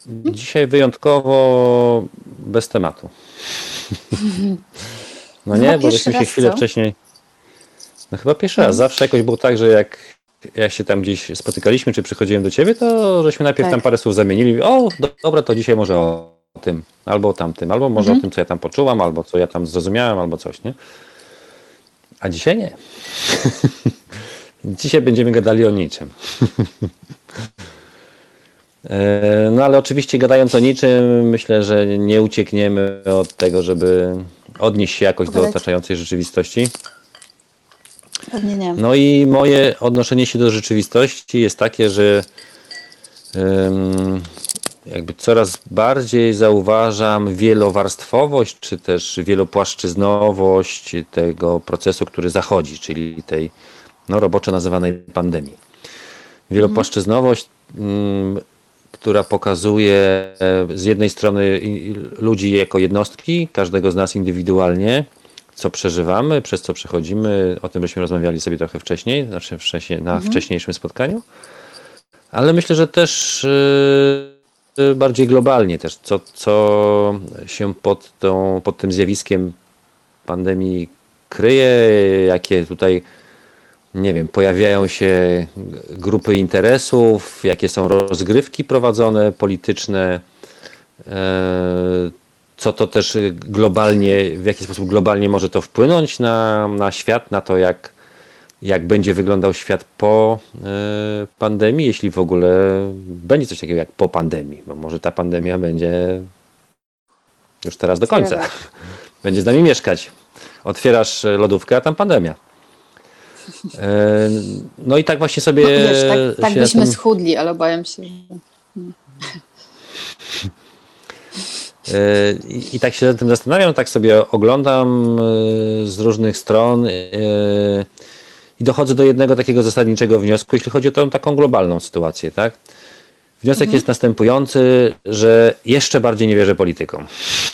Dzisiaj wyjątkowo bez tematu. No nie, bo żeśmy się chwilę wcześniej... No chyba pierwszy raz. Zawsze jakoś było tak, że jak się tam gdzieś spotykaliśmy, czy przychodziłem do ciebie, to żeśmy najpierw tam parę słów zamienili. O, dobra, to dzisiaj może o tym, albo o tamtym, albo może o tym, co ja tam poczułam, albo co ja tam zrozumiałem, albo coś, nie? A dzisiaj nie. Dzisiaj będziemy gadali o niczym. No ale oczywiście gadając o niczym, myślę, że nie uciekniemy od tego, żeby odnieść się jakoś do otaczającej rzeczywistości. Pewnie nie. No i moje odnoszenie się do rzeczywistości jest takie, że jakby coraz bardziej zauważam wielowarstwowość, czy też wielopłaszczyznowość tego procesu, który zachodzi, czyli tej roboczo nazywanej pandemii. Wielopłaszczyznowość, która pokazuje z jednej strony ludzi jako jednostki, każdego z nas indywidualnie, co przeżywamy, przez co przechodzimy, o tym żeśmy rozmawiali sobie trochę wcześniej, znaczy na wcześniejszym spotkaniu, ale myślę, że też bardziej globalnie też, co się pod tym zjawiskiem pandemii kryje, jakie tutaj, nie wiem, pojawiają się grupy interesów, jakie są rozgrywki prowadzone, polityczne, co to też globalnie, w jaki sposób globalnie może to wpłynąć na świat, na to jak będzie wyglądał świat po pandemii, jeśli w ogóle będzie coś takiego jak po pandemii, bo może ta pandemia będzie już teraz do końca. Będzie z nami mieszkać. Otwierasz lodówkę, a tam pandemia. No i tak właśnie sobie... No, wiesz, tak byśmy schudli, ale obawiam się, że... I tak się nad tym zastanawiam, tak sobie oglądam z różnych stron i dochodzę do jednego takiego zasadniczego wniosku, jeśli chodzi o tą taką globalną sytuację, tak? Wniosek jest następujący, że jeszcze bardziej nie wierzę politykom.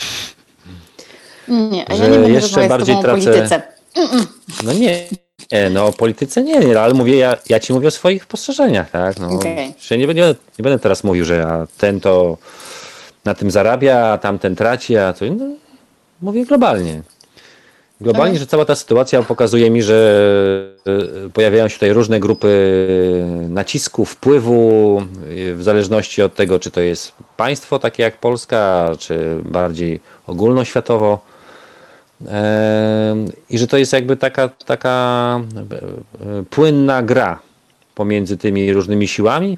Nie, a ja nie będę jeszcze bardziej tracę... o polityce. No nie, o polityce nie, ale mówię, ja ci mówię o swoich spostrzeżeniach, tak? No, okay. Nie będę teraz mówił, że ten to na tym zarabia, a tamten traci, a coś. No, mówię globalnie. Globalnie, że cała ta sytuacja pokazuje mi, że pojawiają się tutaj różne grupy nacisku, wpływu, w zależności od tego, czy to jest państwo takie jak Polska, czy bardziej ogólnoświatowo. I że to jest jakby taka płynna gra pomiędzy tymi różnymi siłami.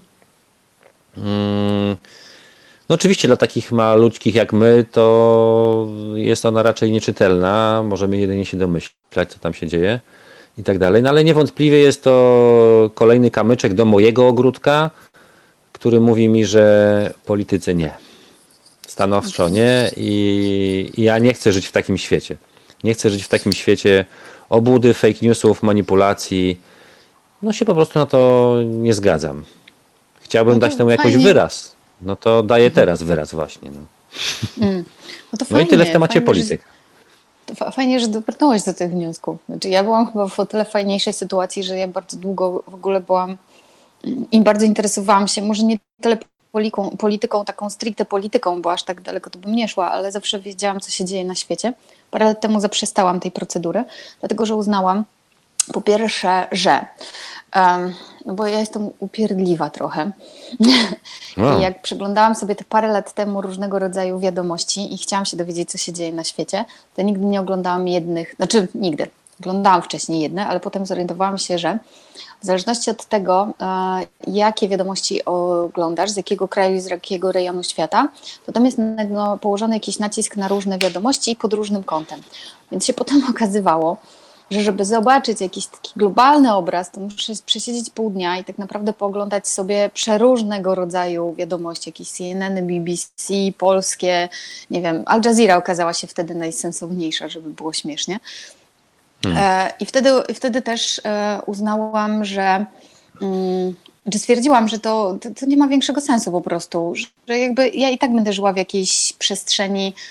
No oczywiście dla takich malutkich jak my to jest ona raczej nieczytelna, możemy jedynie się domyślać, co tam się dzieje i tak dalej, no ale niewątpliwie jest to kolejny kamyczek do mojego ogródka, który mówi mi, że politycy nie. Stanowczo nie i ja nie chcę żyć w takim świecie. Nie chcę żyć w takim świecie obłudy, fake newsów, manipulacji. No się po prostu na to nie zgadzam. Chciałbym dać temu jakoś wyraz. No to daję teraz wyraz właśnie. No, to fajnie, i tyle w temacie polityk. Fajnie, że dobrnąłeś do tych wniosków. Znaczy, ja byłam chyba w o tyle fajniejszej sytuacji, że ja bardzo długo w ogóle byłam i bardzo interesowałam się, może nie tyle polityką, taką stricte polityką, bo aż tak daleko to bym nie szła, ale zawsze wiedziałam, co się dzieje na świecie. Parę lat temu zaprzestałam tej procedury, dlatego że uznałam, po pierwsze, że no bo ja jestem upierdliwa trochę. I jak przeglądałam sobie te parę lat temu różnego rodzaju wiadomości i chciałam się dowiedzieć, co się dzieje na świecie, to nigdy nie oglądałam nigdy. Oglądałam wcześniej jedne, ale potem zorientowałam się, że w zależności od tego, jakie wiadomości oglądasz, z jakiego kraju i z jakiego rejonu świata, to tam jest położony jakiś nacisk na różne wiadomości i pod różnym kątem. Więc się potem okazywało, że żeby zobaczyć jakiś taki globalny obraz, to muszę przesiedzieć pół dnia i tak naprawdę pooglądać sobie przeróżnego rodzaju wiadomości, jakieś CNN, BBC, polskie, nie wiem, Al Jazeera okazała się wtedy najsensowniejsza, żeby było śmiesznie. I wtedy też uznałam, że stwierdziłam, że to nie ma większego sensu po prostu, że jakby ja i tak będę żyła w jakiejś przestrzeni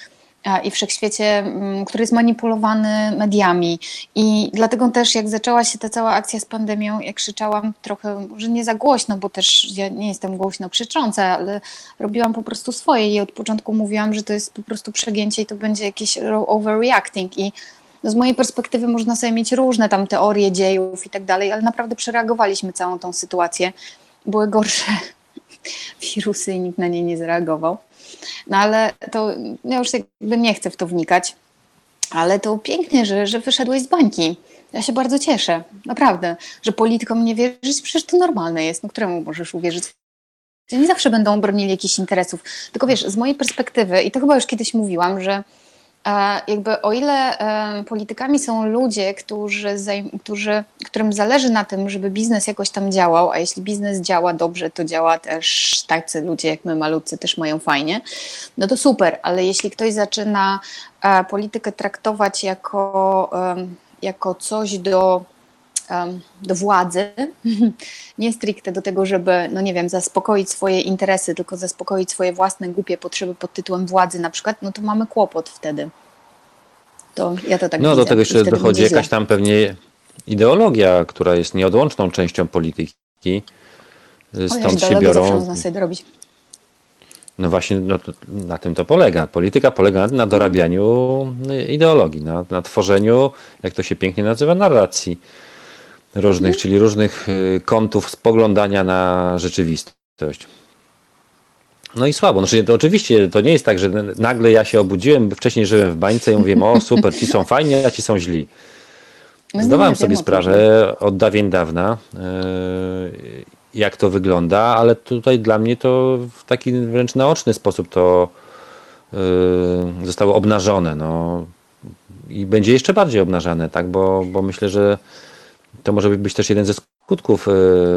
i wszechświecie, który jest manipulowany mediami. I dlatego też jak zaczęła się ta cała akcja z pandemią, ja krzyczałam trochę, może nie za głośno, bo też ja nie jestem głośno krzycząca, ale robiłam po prostu swoje i od początku mówiłam, że to jest po prostu przegięcie i to będzie jakiś overreacting. I no z mojej perspektywy można sobie mieć różne tam teorie dziejów i tak dalej, ale naprawdę przereagowaliśmy całą tą sytuację. Były gorsze wirusy i nikt na nie nie zareagował. No ale to ja już jakby nie chcę w to wnikać, ale to pięknie, że wyszedłeś z bańki. Ja się bardzo cieszę, naprawdę, że politykom nie wierzyć, przecież to normalne jest, no któremu możesz uwierzyć? Nie zawsze będą bronili jakichś interesów. Tylko wiesz, z mojej perspektywy, i to chyba już kiedyś mówiłam, że jakby o ile politykami są ludzie, którym zależy na tym, żeby biznes jakoś tam działał, a jeśli biznes działa dobrze, to działa też tacy ludzie jak my malutcy też mają fajnie, no to super, ale jeśli ktoś zaczyna politykę traktować jako coś do władzy, nie stricte do tego, żeby, no nie wiem, zaspokoić swoje interesy, tylko zaspokoić swoje własne głupie potrzeby pod tytułem władzy na przykład, no to mamy kłopot wtedy. To ja to tak No widzę. do tego jeszcze I wtedy dochodzi będzie jakaś źle. tam pewnie ideologia, która jest nieodłączną częścią polityki. O, ja Stąd się ideologię zawsze biorą. można sobie dorobić. No właśnie, no na tym to polega. Polityka polega na dorabianiu ideologii, na tworzeniu, jak to się pięknie nazywa, narracji różnych, czyli różnych kątów spoglądania na rzeczywistość. No i słabo. Znaczy, to oczywiście to nie jest tak, że nagle ja się obudziłem, wcześniej żyłem w bańce i mówię, o super, ci są fajni, a ci są źli. No nie, Zdawałem wiem sobie o co chodzi. sprawę od dawien dawna, jak to wygląda, ale tutaj dla mnie to w taki wręcz naoczny sposób to zostało obnażone. No. I będzie jeszcze bardziej obnażane, tak? Bo myślę, że to może być też jeden ze skutków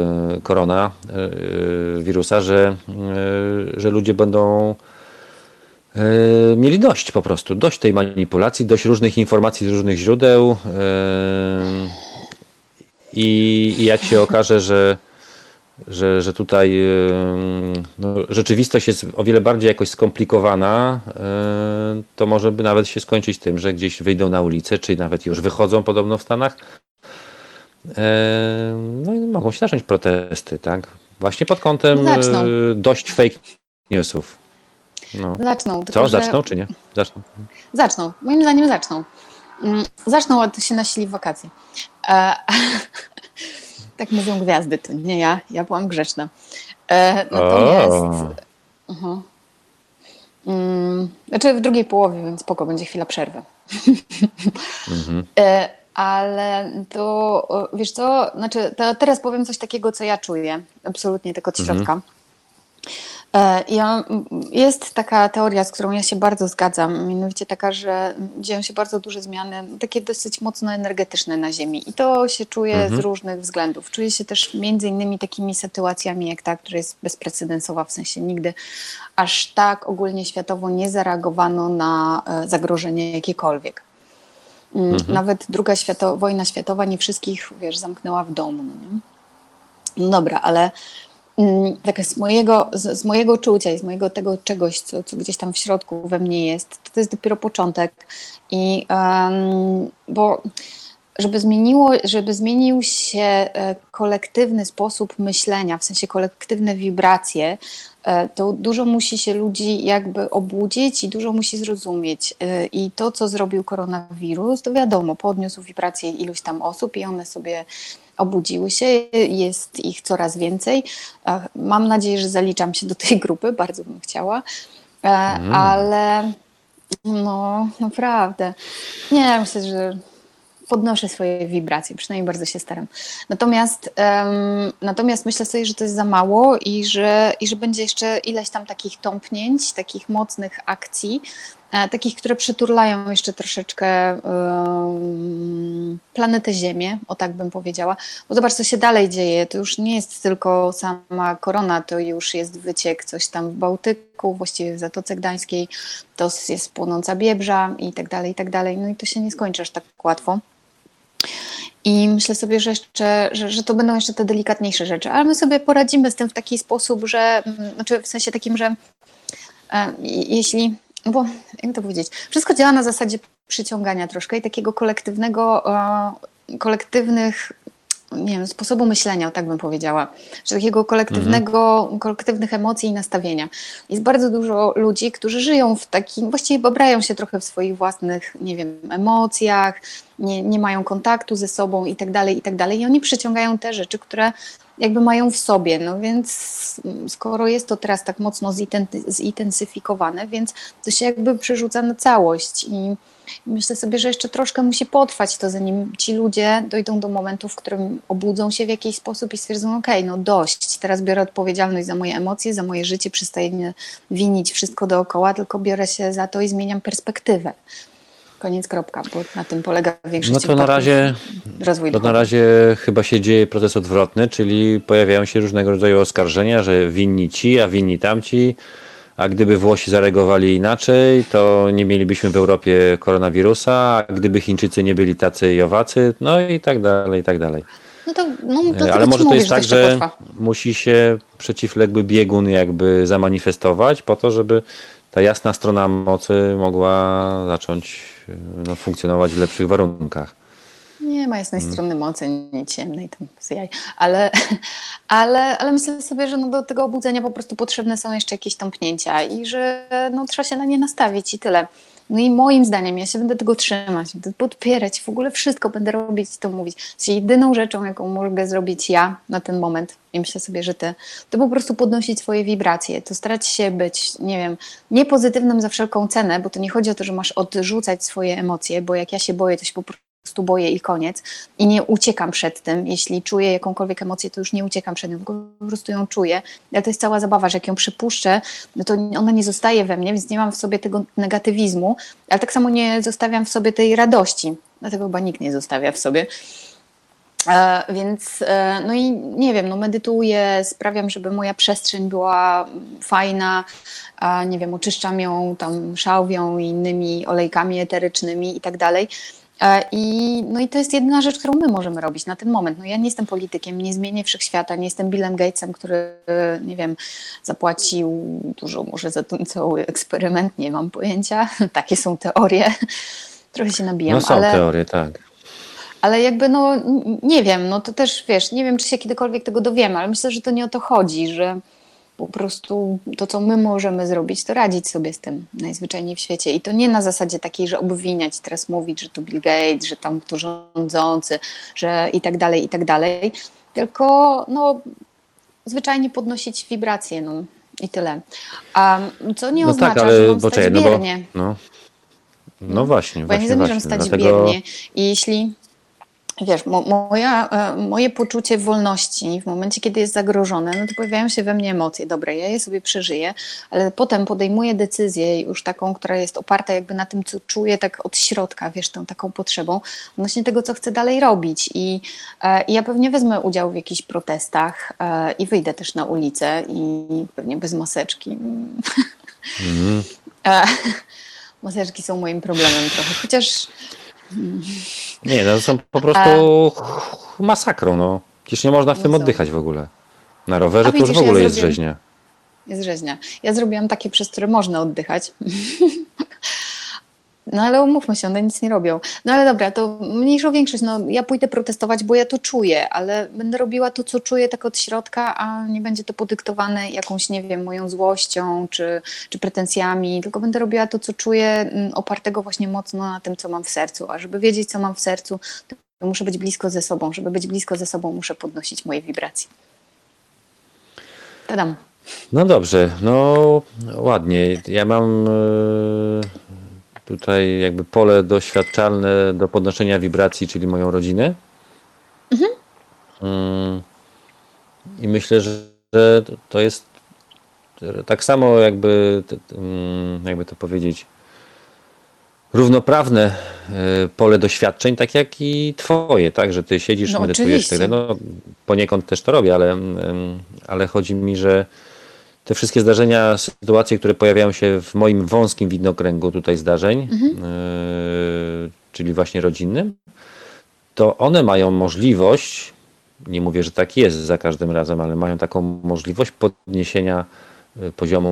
koronawirusa, że ludzie będą mieli dość po prostu, dość tej manipulacji, dość różnych informacji z różnych źródeł i jak się okaże, że tutaj no, rzeczywistość jest o wiele bardziej jakoś skomplikowana, to może by nawet się skończyć tym, że gdzieś wyjdą na ulicę, czy nawet już wychodzą podobno w Stanach, no i mogą się zacząć protesty, tak? Właśnie pod kątem Zaczną. dość fake newsów. No. Zaczną. Co? Tylko, że Zaczną czy nie? Zaczną. zaczną. Moim zdaniem zaczną. Zaczną, a to się nasili w wakacje. E, tak mówią gwiazdy, to nie ja. Ja byłam grzeczna. Natomiast... Znaczy w drugiej połowie, więc spoko, będzie chwila przerwy. Ale to, wiesz co, znaczy to teraz powiem coś takiego, co ja czuję, absolutnie tak od środka. Jest taka teoria, z którą ja się bardzo zgadzam, mianowicie taka, że dzieją się bardzo duże zmiany, takie dosyć mocno energetyczne na Ziemi i to się czuje z różnych względów. Czuje się też między innymi takimi sytuacjami jak ta, która jest bezprecedensowa, w sensie nigdy aż tak ogólnie światowo nie zareagowano na zagrożenie jakiekolwiek. Nawet wojna światowa nie wszystkich, wiesz, zamknęła w domu. No nie? No dobra, ale tak z mojego czucia i z mojego tego czegoś, co gdzieś tam w środku we mnie jest, to jest dopiero początek. I bo żeby zmienił się kolektywny sposób myślenia, w sensie kolektywne wibracje, to dużo musi się ludzi jakby obudzić i dużo musi zrozumieć. I to, co zrobił koronawirus, to wiadomo, podniósł wibracje iluś tam osób i one sobie obudziły się, jest ich coraz więcej. Mam nadzieję, że zaliczam się do tej grupy, bardzo bym chciała, ale no naprawdę, nie, myślę, że podnoszę swoje wibracje, przynajmniej bardzo się staram. Natomiast myślę sobie, że to jest za mało i że będzie jeszcze ileś tam takich tąpnięć, takich mocnych akcji, takich, które przyturlają jeszcze troszeczkę planetę Ziemię, o tak bym powiedziała. Bo zobacz, co się dalej dzieje. To już nie jest tylko sama korona, to już jest wyciek coś tam w Bałtyku, właściwie w Zatoce Gdańskiej, to jest płonąca Biebrza i tak dalej, i tak dalej. No i to się nie skończy aż tak łatwo. I myślę sobie, że to będą jeszcze te delikatniejsze rzeczy, ale my sobie poradzimy z tym w taki sposób, że, znaczy w sensie takim, że jeśli No bo, jak to powiedzieć, wszystko działa na zasadzie przyciągania troszkę i takiego kolektywnych, nie wiem, sposobu myślenia, tak bym powiedziała, że takiego kolektywnych emocji i nastawienia. Jest bardzo dużo ludzi, którzy żyją w takim, właściwie babrają się trochę w swoich własnych, nie wiem, emocjach, nie mają kontaktu ze sobą i tak dalej, i tak dalej. I oni przyciągają te rzeczy, które jakby mają w sobie. No więc skoro jest to teraz tak mocno zintensyfikowane, więc to się jakby przerzuca na całość i myślę sobie, że jeszcze troszkę musi potrwać to, zanim ci ludzie dojdą do momentu, w którym obudzą się w jakiś sposób i stwierdzą, okej, no dość, teraz biorę odpowiedzialność za moje emocje, za moje życie, przestaję winić wszystko dookoła, tylko biorę się za to i zmieniam perspektywę. Koniec, kropka, bo na tym polega większość No to na razie, rozwój to na duchowy. razie chyba się dzieje proces odwrotny, czyli pojawiają się różnego rodzaju oskarżenia, że winni ci, a winni tamci, a gdyby Włosi zareagowali inaczej, to nie mielibyśmy w Europie koronawirusa, a gdyby Chińczycy nie byli tacy i owacy, no i tak dalej, i tak dalej. No dlatego Ale ci może to mówię, jest że to tak, jeszcze że potrwa. musi się przeciwległy biegun jakby zamanifestować po to, żeby ta jasna strona mocy mogła zacząć funkcjonować w lepszych warunkach. Nie ma jasnej strony mocy, nie ciemnej, tam z jaj. Ale myślę sobie, że no do tego obudzenia po prostu potrzebne są jeszcze jakieś tąpnięcia i że no trzeba się na nie nastawić i tyle. No i moim zdaniem ja się będę tego trzymać, będę podpierać, w ogóle wszystko będę robić i to mówić. Czyli jedyną rzeczą, jaką mogę zrobić ja na ten moment, i myślę sobie, że ty, to po prostu podnosić swoje wibracje, to starać się być, nie wiem, nie pozytywnym za wszelką cenę, bo to nie chodzi o to, że masz odrzucać swoje emocje, bo jak ja się boję, to się po prostu boję i koniec. I nie uciekam przed tym. Jeśli czuję jakąkolwiek emocję, to już nie uciekam przed nią, tylko po prostu ją czuję. Ale to jest cała zabawa, że jak ją przypuszczę, no to ona nie zostaje we mnie, więc nie mam w sobie tego negatywizmu, ale tak samo nie zostawiam w sobie tej radości. Dlatego chyba nikt nie zostawia w sobie. Więc no i nie wiem, no medytuję, sprawiam, żeby moja przestrzeń była fajna, nie wiem, oczyszczam ją tam szałwią i innymi olejkami eterycznymi i tak dalej. No i to jest jedyna rzecz, którą my możemy robić na ten moment. No ja nie jestem politykiem, nie zmienię wszechświata, nie jestem Billem Gatesem, który, nie wiem, zapłacił dużo może za ten cały eksperyment, nie mam pojęcia. Takie są teorie. Trochę się nabijam, No są teorie, tak. ale jakby no nie wiem, no to też wiesz, nie wiem, czy się kiedykolwiek tego dowiemy, ale myślę, że to nie o to chodzi, że po prostu to, co my możemy zrobić, to radzić sobie z tym najzwyczajniej w świecie. I to nie na zasadzie takiej, że obwiniać, teraz mówić, że to Bill Gates, że tam kto rządzący, że i tak dalej, tylko no zwyczajnie podnosić wibracje, no i tyle. Co nie No tak, oznacza, że ale mam stać poczekaj, no bo biernie. no właśnie, Bo ja nie właśnie, zamierzam właśnie. stać Dlatego biernie. I jeśli, wiesz, moje poczucie wolności w momencie, kiedy jest zagrożone, no to pojawiają się we mnie emocje. Dobra, ja je sobie przeżyję, ale potem podejmuję decyzję już taką, która jest oparta jakby na tym, co czuję tak od środka, wiesz, tą taką potrzebą, odnośnie tego, co chcę dalej robić. I ja pewnie wezmę udział w jakichś protestach i wyjdę też na ulicę i pewnie bez maseczki. E, Maseczki są moim problemem trochę, chociaż nie, no to są po prostu masakrą, no. Przecież nie można w tym co? oddychać w ogóle. Na rowerze to już w widzisz, ogóle ja jest zrobiłam- rzeźnia. Jest rzeźnia. Ja zrobiłam takie, przez które można oddychać. No ale umówmy się, one nic nie robią. No ale dobra, to mniejszą większość, no ja pójdę protestować, bo ja to czuję, ale będę robiła to, co czuję tak od środka, a nie będzie to podyktowane jakąś, nie wiem, moją złością czy pretensjami, tylko będę robiła to, co czuję, opartego właśnie mocno na tym, co mam w sercu. A żeby wiedzieć, co mam w sercu, to muszę być blisko ze sobą. Żeby być blisko ze sobą, muszę podnosić moje wibracje. Tadam. No dobrze, no ładnie. Ja mam tutaj jakby pole doświadczalne do podnoszenia wibracji, czyli moją rodzinę. I myślę, że to jest tak samo jakby to powiedzieć, równoprawne pole doświadczeń, tak jak i twoje, tak, że ty siedzisz, No medytujesz, oczywiście. no poniekąd też to robię, ale chodzi mi, że te wszystkie zdarzenia, sytuacje, które pojawiają się w moim wąskim widnokręgu tutaj zdarzeń, czyli właśnie rodzinnym, to one mają możliwość, nie mówię, że tak jest za każdym razem, ale mają taką możliwość podniesienia poziomu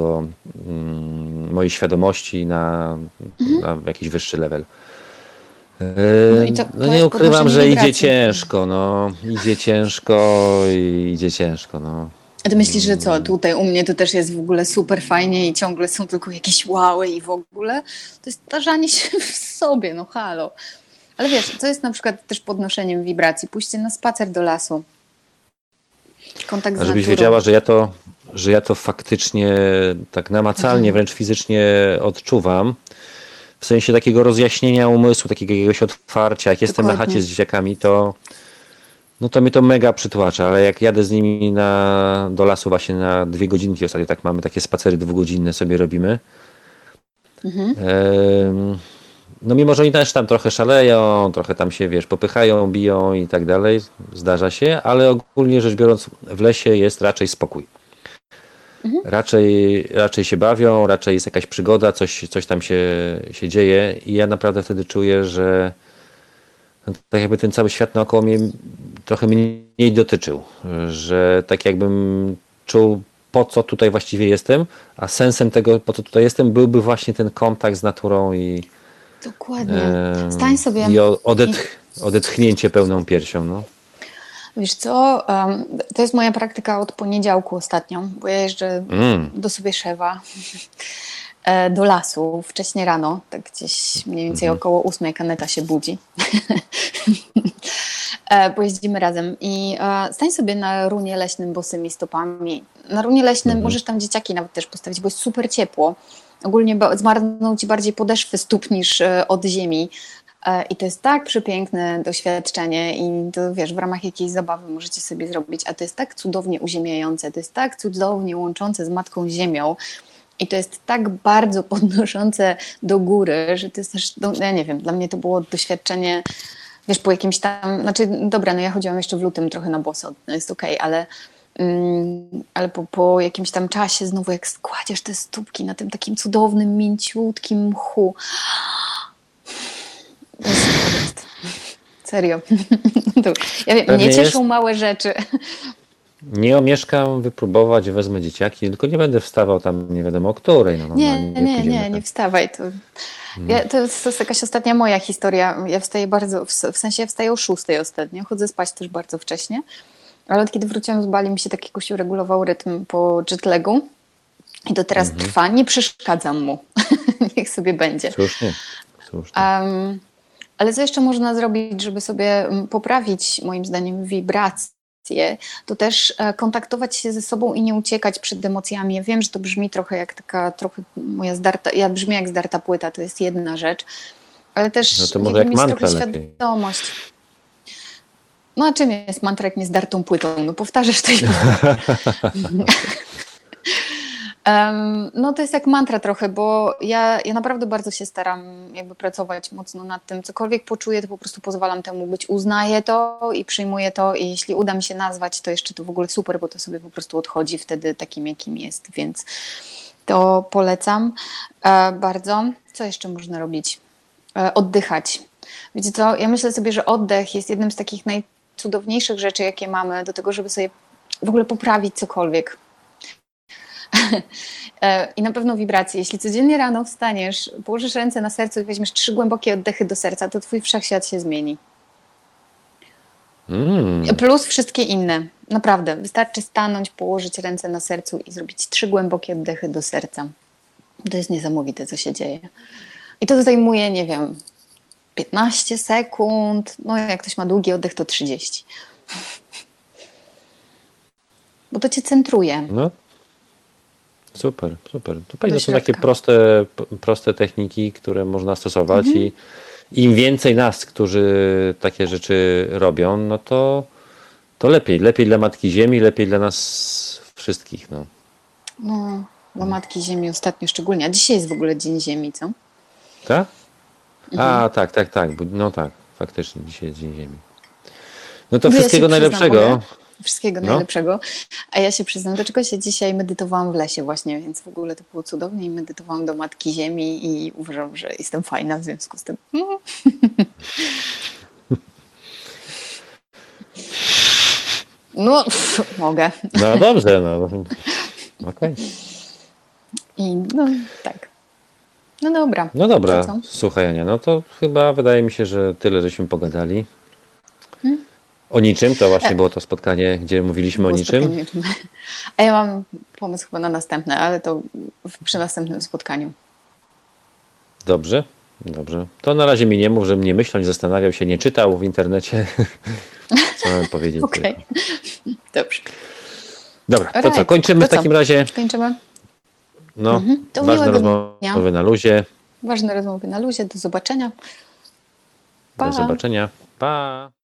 mojej świadomości na jakiś wyższy level. No i to No nie jest ukrywam, podnoszenie że idzie wibracji. ciężko, no. Idzie ciężko i idzie ciężko, no. A ty myślisz, że co, tutaj u mnie to też jest w ogóle super fajnie i ciągle są tylko jakieś łały i w ogóle? To jest tarzanie się w sobie, no halo. Ale wiesz, co jest na przykład też podnoszeniem wibracji? Pójście na spacer do lasu. Kontakt z A żebyś naturą. wiedziała, że ja to faktycznie tak namacalnie, wręcz fizycznie odczuwam. W sensie takiego rozjaśnienia umysłu, takiego jakiegoś otwarcia. Jak jestem na Dokładnie. chacie z dzieciakami, to mnie to mega przytłacza, ale jak jadę z nimi do lasu właśnie na 2 godzinki, ostatnio tak mamy takie spacery 2-godzinne sobie robimy. No mimo, że oni też tam trochę szaleją, trochę tam się, wiesz, popychają, biją i tak dalej, zdarza się, ale ogólnie rzecz biorąc w lesie jest raczej spokój. Raczej się bawią, raczej jest jakaś przygoda, coś tam się dzieje i ja naprawdę wtedy czuję, że tak jakby ten cały świat naokoło mnie trochę mniej dotyczył, że tak jakbym czuł, po co tutaj właściwie jestem, a sensem tego, po co tutaj jestem, byłby właśnie ten kontakt z naturą i Dokładnie. Stań sobie odetchnięcie pełną piersią. No. Wiesz co, to jest moja praktyka od poniedziałku ostatnią, bo ja jeżdżę do Sobieszewa, do lasu wcześnie rano, tak gdzieś mniej więcej około 8 Kaneta się budzi. Pojeździmy razem i stań sobie na runie leśnym bosymi stopami. Na runie leśnym możesz tam dzieciaki nawet też postawić, bo jest super ciepło. Ogólnie zmarną ci bardziej podeszwy stóp niż od ziemi. I to jest tak przepiękne doświadczenie i to wiesz, w ramach jakiejś zabawy możecie sobie zrobić, a to jest tak cudownie uziemiające, to jest tak cudownie łączące z Matką Ziemią i to jest tak bardzo podnoszące do góry, że to jest też, no, ja nie wiem, dla mnie to było doświadczenie, wiesz, po jakimś tam, znaczy dobra, no ja chodziłam jeszcze w lutym trochę na boso, no jest okej, ale po jakimś tam czasie znowu jak składziesz te stópki na tym takim cudownym, mięciutkim mchu, jest. Serio. Ja wiem, Pewnie mnie cieszą jest. małe rzeczy. Nie omieszkam wypróbować, wezmę dzieciaki, tylko nie będę wstawał tam nie wiadomo o której. No, Nie wstawaj. To jest jakaś ostatnia moja historia. Ja wstaję bardzo, w sensie ja wstaję o 6 ostatnio. Chodzę spać też bardzo wcześnie. Ale od kiedy wróciłam z Bali, mi się tak jakoś uregulował rytm po jetlagu. I to teraz trwa. Nie przeszkadzam mu. Niech sobie będzie. Słusznie. Ale co jeszcze można zrobić, żeby sobie poprawić, moim zdaniem, wibracje, to też kontaktować się ze sobą i nie uciekać przed emocjami. Ja wiem, że to brzmi trochę jak taka, trochę moja zdarta, ja brzmię jak zdarta płyta, to jest jedna rzecz, ale też No to może jak mieć mantra trochę lepiej. świadomość. No a czym jest mantra jak nie zdartą płytą? No powtarzasz to i no to jest jak mantra trochę, bo ja naprawdę bardzo się staram jakby pracować mocno nad tym. Cokolwiek poczuję, to po prostu pozwalam temu być. Uznaję to i przyjmuję to i jeśli uda mi się nazwać, to jeszcze to w ogóle super, bo to sobie po prostu odchodzi wtedy takim, jakim jest, więc to polecam bardzo. Co jeszcze można robić? Oddychać. Wiecie co, ja myślę sobie, że oddech jest jednym z takich najcudowniejszych rzeczy, jakie mamy do tego, żeby sobie w ogóle poprawić cokolwiek. I na pewno wibracje. Jeśli codziennie rano wstaniesz, położysz ręce na sercu i weźmiesz 3 głębokie oddechy do serca, to twój wszechświat się zmieni. Plus wszystkie inne. Naprawdę. Wystarczy stanąć, położyć ręce na sercu i zrobić 3 głębokie oddechy do serca. To jest niesamowite, co się dzieje. I to zajmuje, nie wiem, 15 sekund. No jak ktoś ma długi oddech, to 30. Bo to cię centruje. No. Super. To pewnie Do są takie środka. proste techniki, które można stosować i im więcej nas, którzy takie rzeczy robią, no to lepiej. Lepiej dla Matki Ziemi, lepiej dla nas wszystkich. No. No, dla Matki Ziemi ostatnio szczególnie. A dzisiaj jest w ogóle Dzień Ziemi, co? Tak? A, tak. No tak, faktycznie dzisiaj jest Dzień Ziemi. No to Ja się wszystkiego przyznam, najlepszego. mogę? Wszystkiego No. najlepszego. A ja się przyznam, do czego się dzisiaj medytowałam w lesie właśnie, więc w ogóle to było cudownie i medytowałam do Matki Ziemi i uważam, że jestem fajna w związku z tym. No, mogę. No dobrze, no. Okej. I no tak. No dobra. No dobra, To co? słuchaj Ania, no to chyba wydaje mi się, że tyle żeśmy pogadali. O niczym, to właśnie było to spotkanie, gdzie mówiliśmy o Było niczym. spotkanie wieczorne. A ja mam pomysł chyba na następne, ale to przy następnym spotkaniu. Dobrze, dobrze. To na razie mi nie mów, żebym nie myślał, nie zastanawiał się, nie czytał w internecie. Co mam powiedzieć? Okej. Dobrze. Dobra, to Alright. co, kończymy To w takim co? razie. Kończymy? No, To ważne miłego dnia. rozmowy na luzie. Ważne rozmowy na luzie. Do zobaczenia. Do Pa. zobaczenia. Pa!